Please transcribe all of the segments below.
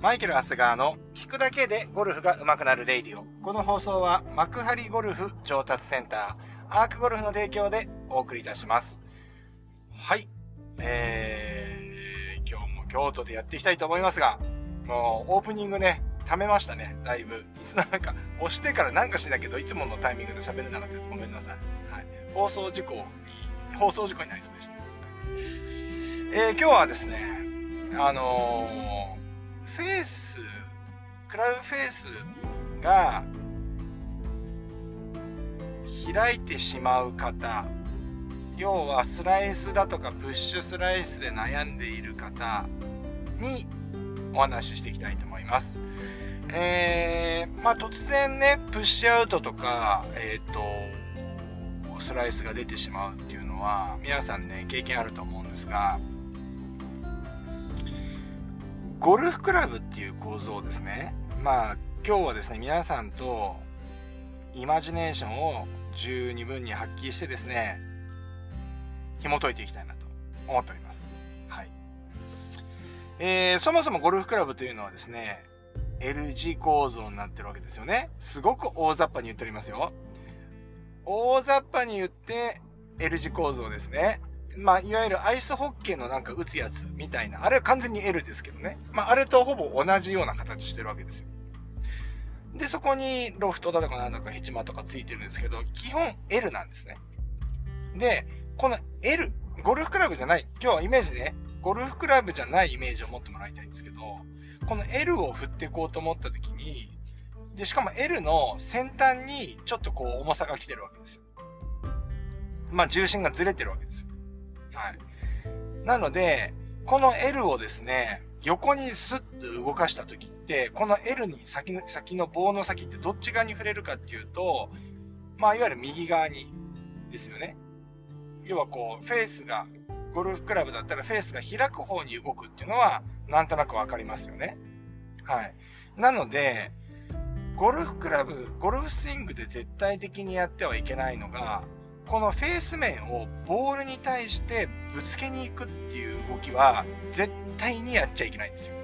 マイケル・ハスガーの聞くだけでゴルフが上手くなるレイディオ。この放送は幕張ゴルフ上達センター、アークゴルフの提供でお送りいたします。はい。今日も京都でやっていきたいと思いますが、もうオープニングね、溜めましたね、だいぶ。いつの間にか、押してからなんかしなきゃど、いつものタイミングで喋れなかったです。ごめんなさい。はい。放送事故になりそうでした。今日はですね、クラブフェースが開いてしまう方、要はスライスだとかプッシュスライスで悩んでいる方にお話ししていきたいと思います。突然ね、プッシュアウトとか、スライスが出てしまうっていうのは皆さんね、経験あると思うんですが、ゴルフクラブっていう構造ですね。今日はですね、皆さんとイマジネーションを十二分に発揮してですね、紐解いていきたいなと思っております。はい。そもそもゴルフクラブというのはですね、L 字構造になってるわけですよね。すごく大雑把に言っておりますよ。大雑把に言って L 字構造ですね。いわゆるアイスホッケーのなんか打つやつみたいな。あれは完全に L ですけどね。あれとほぼ同じような形してるわけですよ。で、そこにロフトだとかなんだかヘチマとかついてるんですけど、基本 L なんですね。で、この L、ゴルフクラブじゃない、今日はイメージね、ゴルフクラブじゃないイメージを持ってもらいたいんですけど、この L を振っていこうと思った時に、で、しかも L の先端にちょっとこう重さが来てるわけですよ。重心がずれてるわけですよ。はい。なので、この L をですね、横にスッと動かした時って、この L に先の棒の先ってどっち側に触れるかっていうと、いわゆる右側にですよね。要はこう、フェースが、ゴルフクラブだったらフェースが開く方に動くっていうのは、なんとなくわかりますよね。はい。なので、ゴルフスイングで絶対的にやってはいけないのが、このフェース面をボールに対してぶつけに行くっていう動きは、絶対にやっちゃいけないんですよ。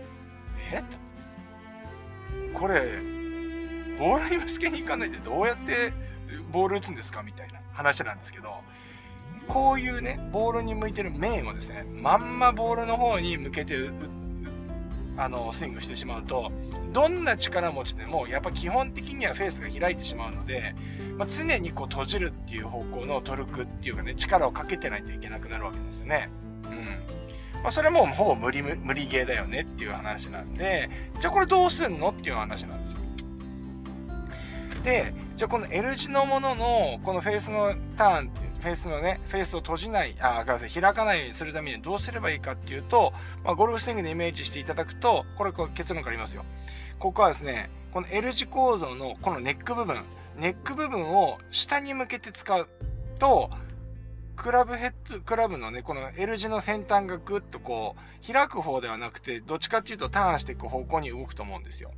これ、ボールにぶつけに行かないでどうやってボール打つんですかみたいな話なんですけど、こういうね、ボールに向いてる面をですね、まんまボールの方に向けてスイングしてしまうと、どんな力持ちでもやっぱ基本的にはフェースが開いてしまうので、常にこう閉じるっていう方向のトルクっていうかね、力をかけてないといけなくなるわけですよね。それもほぼ無理ゲーだよねっていう話なんで、じゃあこれどうすんのっていう話なんですよ。で、じゃあこの L 字のもののこのフェースのターンっていう、フェースを閉じない、開かないようにするためにどうすればいいかっていうと、ゴルフスイングでイメージしていただくと、これ結論から言いますよ。ここはですね、この L 字構造のこのネック部分を下に向けて使うと、クラブのね、この L 字の先端がぐっとこう、開く方ではなくて、どっちかっていうとターンしていく方向に動くと思うんですよ。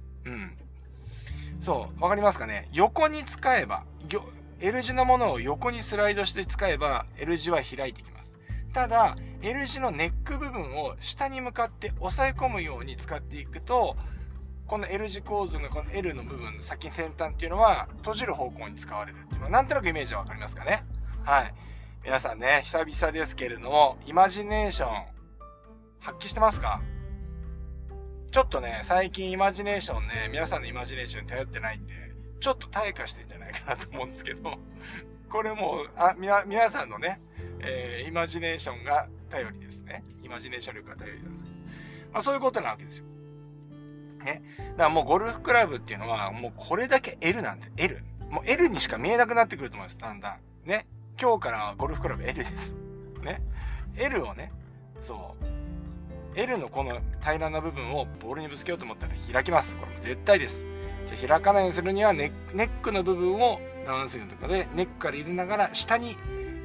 そう、わかりますかね？横に使えば、L 字のものを横にスライドして使えば L 字は開いてきます。ただ L 字のネック部分を下に向かって押さえ込むように使っていくと、この L 字構造のこの L の部分の先端っていうのは閉じる方向に使われるっていうのはなんとなくイメージはわかりますかね？はい。皆さんね、久々ですけれども、イマジネーション発揮してますか？ちょっとね、最近イマジネーションね、皆さんのイマジネーションに頼ってないんで、ちょっと退化してんじゃないかなと思うんですけど、これも皆さんのね、イマジネーションが頼りですね。イマジネーション力が頼りなんですけど。そういうことなわけですよ。ね。だからもうゴルフクラブっていうのは、もうこれだけ L なんで、L。もう L にしか見えなくなってくると思います、だんだん。ね。今日からゴルフクラブ L です。ね。L をね、そう。L のこの平らな部分をボールにぶつけようと思ったら開きます。これも絶対です。じゃあ開かないようにするにはネックの部分をダウンスイングとかでネックから入れながら下に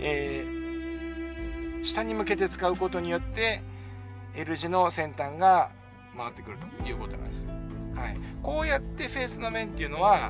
向けて使うことによって L 字の先端が回ってくるということなんですよ。はい。こうやってフェースの面っていうのは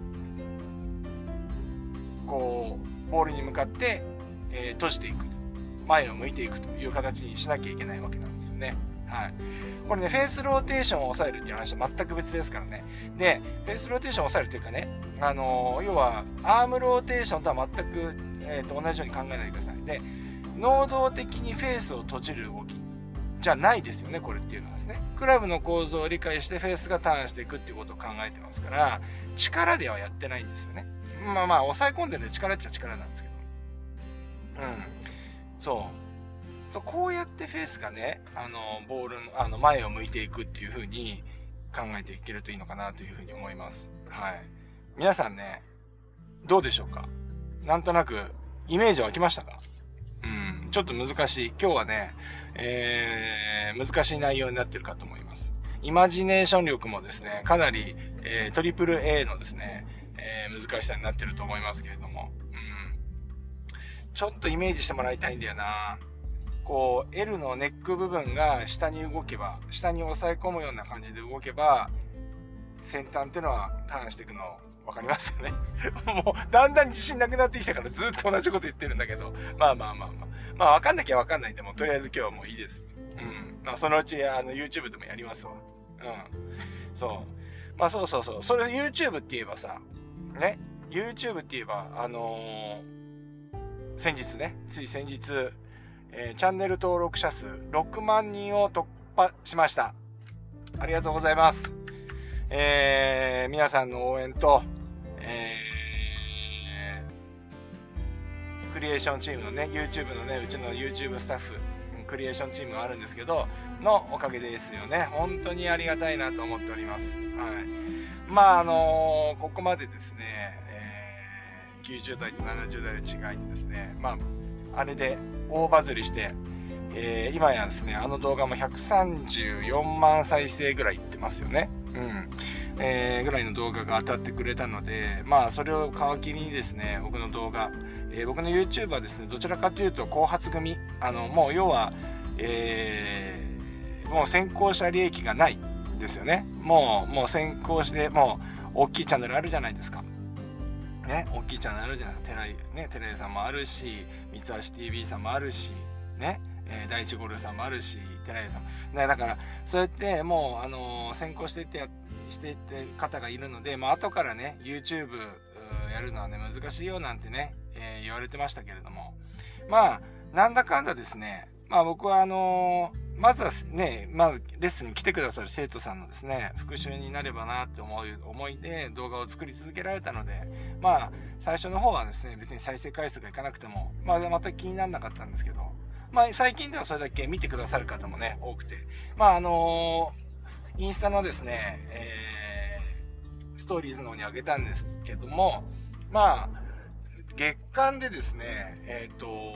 こうボールに向かって、閉じていく、前を向いていくという形にしなきゃいけないわけなんですよね。 はい。これね、フェースローテーションを抑えるっていう話は全く別ですからね。で、フェースローテーションを抑えるっていうかね、要は、アームローテーションとは全く、同じように考えないでください。で、能動的にフェースを閉じる動きじゃないですよね、これっていうのはですね。クラブの構造を理解してフェースがターンしていくっていうことを考えてますから、力ではやってないんですよね。まあまあ、抑え込んでる力っちゃ力なんですけど。そう。こうやってフェースがね、ボールの、前を向いていくっていう風に考えていけるといいのかなという風に思います。はい。皆さんね、どうでしょうか？なんとなく、イメージ湧きましたか？ちょっと難しい。今日はね、難しい内容になってるかと思います。イマジネーション力もですね、かなり、トリプル A のですね、難しさになってると思いますけれども、ちょっとイメージしてもらいたいんだよな。こう、L のネック部分が下に動けば、下に押さえ込むような感じで動けば、先端っていうのはターンしていくの分かりますよね。もう、だんだん自信なくなってきたからずっと同じこと言ってるんだけど、まあ分かんなきゃ分かんないんで、もうとりあえず今日はもういいです。まあそのうちYouTube でもやりますわ。そう。まあそう。それ YouTube って言えばさ、ね、YouTube って言えば、先日ね、つい先日、チャンネル登録者数6万人を突破しました。ありがとうございます。皆さんの応援と、クリエーションチームのね、YouTube のね、うちの YouTube スタッフ、クリエーションチームがあるんですけど、のおかげですよね。本当にありがたいなと思っております。はい。まあここまでですね、90代と70代の違いでですね、まあ、あれで大バズりして、今やですね、動画も134万再生ぐらいいってますよね。ぐらいの動画が当たってくれたので、まあ、それを皮切りにですね、僕の動画、僕の YouTube はですね、どちらかというと、後発組、もう要は、もう先行者利益がないですよね。もう先行して、もう、大きいチャンネルあるじゃないですか。ね、大きいチャンネルあるじゃないですか。テレイさんもあるし、三橋 TV さんもあるし、ね、第一ゴルフさんもあるし、寺井さんも。ね、だから、そうやってもう、先行していって方がいるので、まあ、後からね、YouTube やるのはね、難しいよなんてね、言われてましたけれども。まあ、なんだかんだですね、まあ僕はまずはね、まずレッスンに来てくださる生徒さんのですね、復習になればなって思いで動画を作り続けられたので、まあ、最初の方はですね、別に再生回数がいかなくても、まあ、全く気にならなかったんですけど、まあ、最近ではそれだけ見てくださる方もね、多くて、まあ、インスタのですね、ストーリーズの方に上げたんですけども、まあ、月間でですね、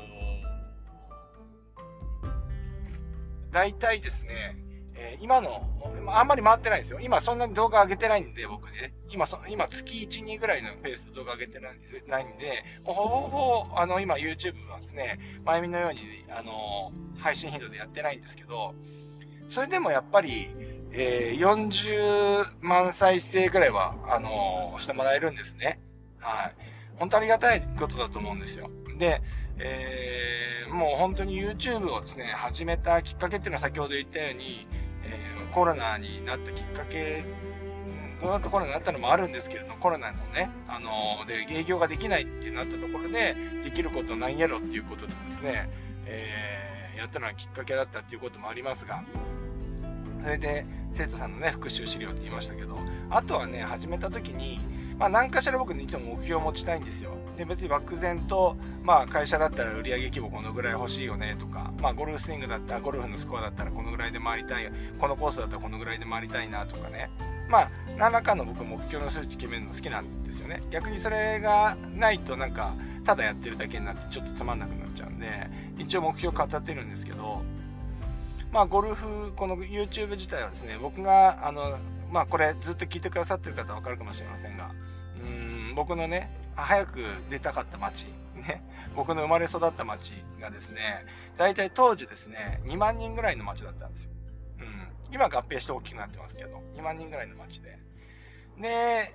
大体ですね、今の、あんまり回ってないんですよ。今そんなに動画上げてないんで、僕ね。今月1、2ぐらいのペースで動画上げてないんで、ほぼほぼ、今 YouTube はですね、前見のように、配信頻度でやってないんですけど、それでもやっぱり、40万再生ぐらいは、してもらえるんですね。はい。本当ありがたいことだと思うんですよ。で、もう本当に YouTube をですね、始めたきっかけっていうのは先ほど言ったように、コロナになったきっかけ、コロナになったのもあるんですけれども、コロナのね、で、営業ができないってなったところで、できることなんやろっていうことでですね、やったのはきっかけだったっていうこともありますが、それで生徒さんのね、復習資料って言いましたけど、あとはね、始めた時に、まあ何かしら僕ね、いつも目標を持ちたいんですよ。で、別に漠然と、まあ会社だったら売上規模このぐらい欲しいよねとか、まあゴルフスイングだったら、ゴルフのスコアだったらこのぐらいで回りたい、このコースだったらこのぐらいで回りたいなとかね。まあ、何らかの僕目標の数値決めるの好きなんですよね。逆にそれがないとなんか、ただやってるだけになってちょっとつまんなくなっちゃうんで、一応目標語ってるんですけど、まあゴルフ、この YouTube 自体はですね、僕がまあこれずっと聞いてくださってる方はわかるかもしれませんが、僕のね、早く出たかった街、ね、僕の生まれ育った街がですね、大体当時ですね、2万人ぐらいの街だったんですよ。今合併して大きくなってますけど、2万人ぐらいの街で。で、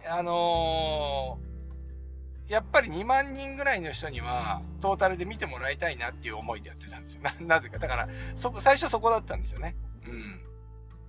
やっぱり2万人ぐらいの人には、トータルで見てもらいたいなっていう思いでやってたんですよ。なぜか。だから、最初そこだったんですよね。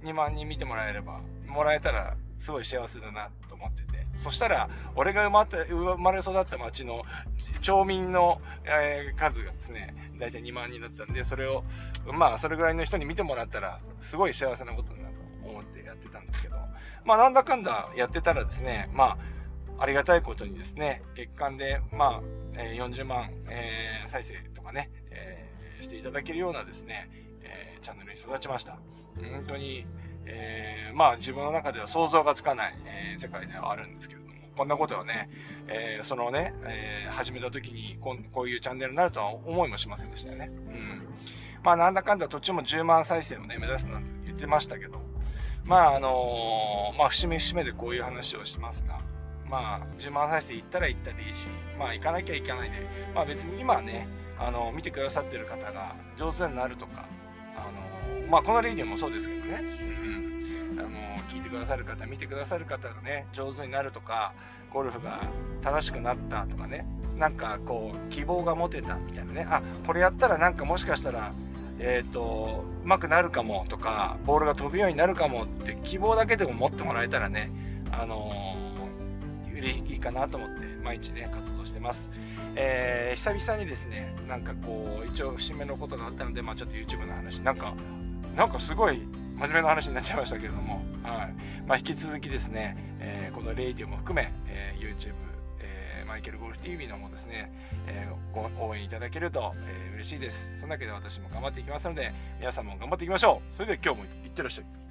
2万人見てもらえたらすごい幸せだなと思ってて、そしたら俺が生まれ育った町の町民の、数がですねだいたい2万人だったんで、それをそれぐらいの人に見てもらったらすごい幸せなことになると思ってやってたんですけど、なんだかんだやってたらですね、ありがたいことにですね、月間で40万、再生とかね、していただけるようなですね、チャンネルに育ちました。本当に、自分の中では想像がつかない、世界ではあるんですけれども、こんなことをね、始めた時にこういうチャンネルになるとは思いもしませんでしたよね。なんだかんだ途中も10万再生をね、目指すなんて言ってましたけど、節目節目でこういう話をしますが、10万再生行ったら行ったでいいし、行かなきゃ行かないで、別に今ね、見てくださってる方が上手になるとか、このレディオもそうですけどね、聞いてくださる方、見てくださる方がね、上手になるとか、ゴルフが楽しくなったとかね、なんかこう、希望が持てたみたいなね、これやったらなんかもしかしたら、うまくなるかもとか、ボールが飛ぶようになるかもって希望だけでも持ってもらえたらね、いいかなと思って毎日ね活動してます。久々にですね、なんかこう一応節目のことがあったので、ちょっと YouTube の話なんかすごい真面目な話になっちゃいましたけれども、引き続きですね、このレイディオも含め、YouTube、マイケルゴルフ TV の方もですね、ご応援いただけると、嬉しいです。そんなわけで私も頑張っていきますので、皆さんも頑張っていきましょう。それでは今日もいってらっしゃい。